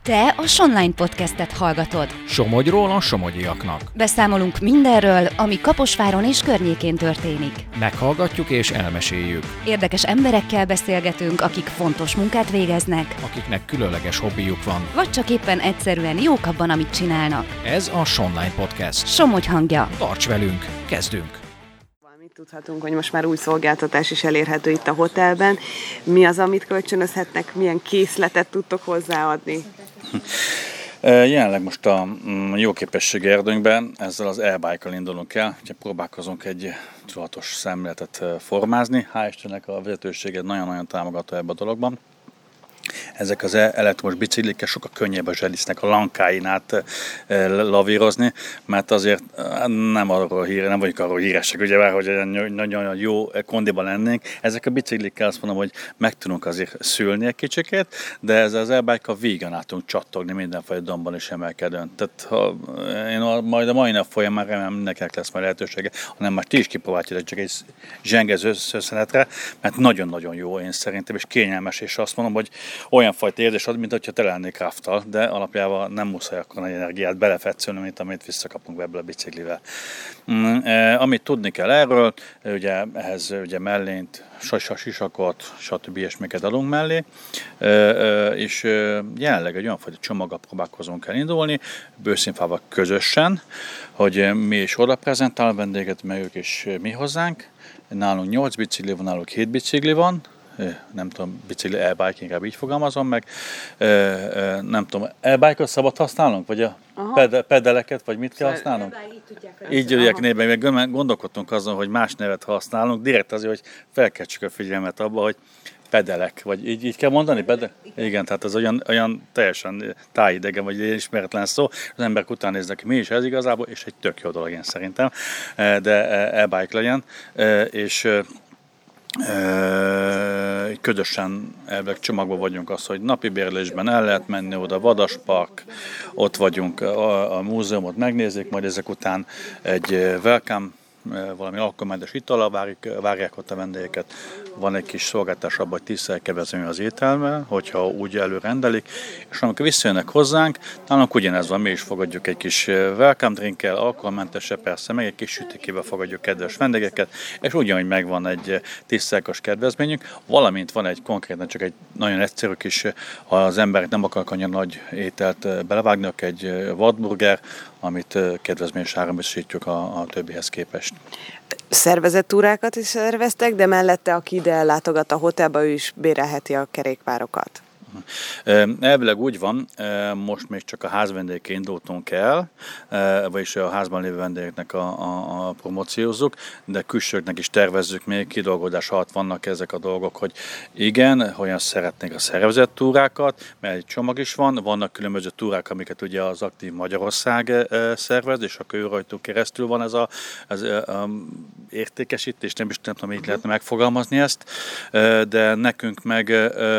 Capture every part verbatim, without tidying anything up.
Te a Sonline podcastet hallgatod. Somogyról a somogyiaknak. Beszámolunk mindenről, ami Kaposváron és környékén történik. Meghallgatjuk és elmeséljük. Érdekes emberekkel beszélgetünk, akik fontos munkát végeznek, Akiknek különleges hobbijuk van. vagy csak éppen egyszerűen jók abban, amit csinálnak. Ez a Sonline Podcast. Somogy hangja. Tarts velünk, kezdünk! Mit tudhatunk, hogy most már új szolgáltatás is elérhető itt a hotelben. Mi az, amit kölcsönözhetnek, milyen készletet tudtok hozzáadni? Jelenleg most a jó képességi erdőnkben ezzel az e-bike-kal indulunk el, ugye próbálkozunk egy tudatos szemléletet formázni. Hál' Istennek a vezetőséget nagyon-nagyon támogató ebben a dologban. Ezek az elektromos biciklikkel sokkal könnyebb a zselisznek a lankáin át lavírozni, mert azért nem, arról híre, nem vagyunk arról híresek, ugye, hogy nagyon jó kondiban lennénk. Ezek a biciklikkel azt mondom, hogy meg tudunk azért szülni egy kicsikét, de ezzel az e-bike-kal vígan át tudunk csattogni mindenfajta dombon és emelkedőn. Tehát ha, én a, majd a mai nap folyamán remélem mindenkinek lesz majd lehetősége, hanem már ti is kipróbáljátok csak egy zsengező összenetre, mert nagyon-nagyon jó én szerintem, és kényelmes, és azt mondom, hogy olyan fajta érzés ad, mint hogyha tele lennék krafttal, de alapjában nem muszáj akkor nagy energiát belefetszölni, mint amit visszakapunk ebből a biciklivel. Mm, eh, amit tudni kell erről, ugye ehhez ugye mellényt, sisakot, stb. Ilyesmiket adunk mellé, eh, eh, és eh, jelenleg egy olyan fajta csomaggal próbálkozunk el indulni, bőszínfával közösen, hogy mi is oda prezentál vendéget, meg ők is mi hozzánk. Nálunk nyolc bicikli van, nálunk hét bicikli van, nem tudom, bicikli e-bike, inkább így fogalmazom meg. Nem tudom, e-bike-ot szabad használnunk? Vagy a ped- pedeleket, vagy mit kell használnunk? Így tudják néven, meg gondolkodtunk azon, hogy más nevet használunk, direkt azért, hogy felkeltsük a figyelmet abba, hogy pedelek, vagy így, így kell mondani? Pedel? Igen, tehát ez olyan, olyan teljesen tájidegen, vagy ismeretlen szó, az emberek után néznek, mi is ez igazából, és egy tök jó dolog én szerintem, de e-bike legyen, és közösen elvileg csomagban vagyunk az, hogy napi bérlésben el lehet menni oda, Vadaspark, ott vagyunk, a, a múzeumot megnézik, majd ezek után egy welcome, valami alkalmányos itallal várják, várják ott a vendégeket. Van egy kis szolgáltatás abban, hogy tízszer kevezünk az ételmel, hogyha úgy előrendelik, és amikor visszajönnek hozzánk, nálunk ugyanez van, mi is fogadjuk egy kis welcome drinkkel, alkoholmentese persze, meg egy kis sütikével fogadjuk kedves vendégeket, és ugyanúgy megvan egy tízszerkos kedvezményünk, valamint van egy konkrétan csak egy nagyon egyszerű kis, ha az emberek nem akarnak annyira nagy ételt belevágnak, egy vadburger, amit kedvezményes áron biztosítjuk a, a többihez képest. Szervezett túrákat is szerveztek, de mellette, aki ide látogat a hotelba, ő is bérelheti a kerékpárokat. Elvileg úgy van, most még csak a házvendégekkel indultunk el, vagyis a házban lévő vendégeknek a, a, a promóciózzuk, de külsőknek is tervezzük, még kidolgozás alatt vannak ezek a dolgok, hogy igen, hogyan szeretnék a szervezett túrákat, mert egy csomag is van, vannak különböző túrák, amiket ugye az Aktív Magyarország szervez, és akkor ő rajtuk keresztül van ez a, ez a értékesítés, nem is nem tudom, így lehetne megfogalmazni ezt, de nekünk meg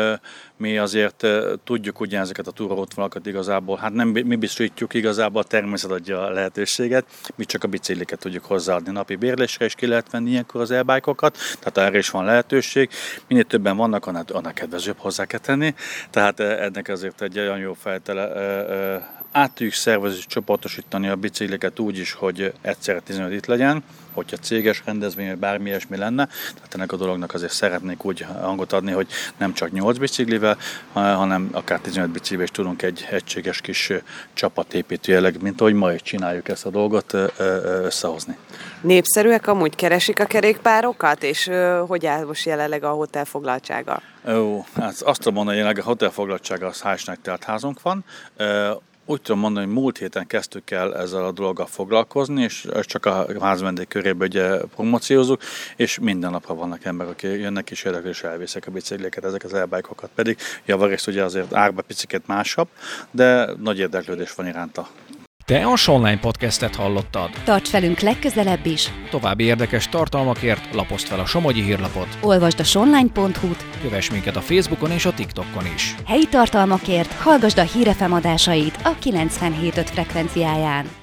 mi azért tudjuk ugye ezeket a túraútvonalakat igazából, hát nem mi biztosítjuk, igazából a természet adja a lehetőséget, mi csak a bicikliket tudjuk hozzáadni napi bérlésre, és ki lehet venni ilyenkor az e-bike-okat, tehát erre is van lehetőség. Minél többen vannak, annál, annál kedvezőbb hozzá kell tenni, tehát ennek azért egy olyan jó feltele. Át tudjuk szervezni, csoportosítani a bicikliket úgy is, hogy egyszerre tizenöt itt legyen, hogyha céges rendezvény, vagy bármi ilyesmi lenne. Tehát ennek a dolognak azért szeretnék úgy hangot adni, hogy nem csak nyolc biciklivel, hanem akár tizenöt biciklivel is tudunk egy egységes kis csapatépítő jelleg, mint ahogy ma is csináljuk ezt a dolgot, összehozni. Népszerűek amúgy, keresik a kerékpárokat, és hogy áll most jelenleg a hotel foglaltsága? Ó, hát azt tudom mondani, hogy jelenleg a hotel foglaltsága az hál' Istennek telt házunk van. Úgy tudom mondani, hogy múlt héten kezdtük el ezzel a dologgal foglalkozni, és csak a házvendég körében ugye promóciózzuk, és minden napra vannak emberek, akik jönnek és érdekül, és elviszek a bicikliket, ezek az e-bike-okat. Pedig javarészt ugye azért árba picit másabb, de nagy érdeklődés van iránta. Te a Sonline Podcastet hallottad. Tarts velünk legközelebb is. További érdekes tartalmakért lapozd fel a Somogyi hírlapot. Olvasd a sonline pont hu-t. Kövess minket a Facebookon és a TikTokon is. Helyi tartalmakért hallgasd a Hír ef em adásait a kilencvenhét egész öt frekvenciáján.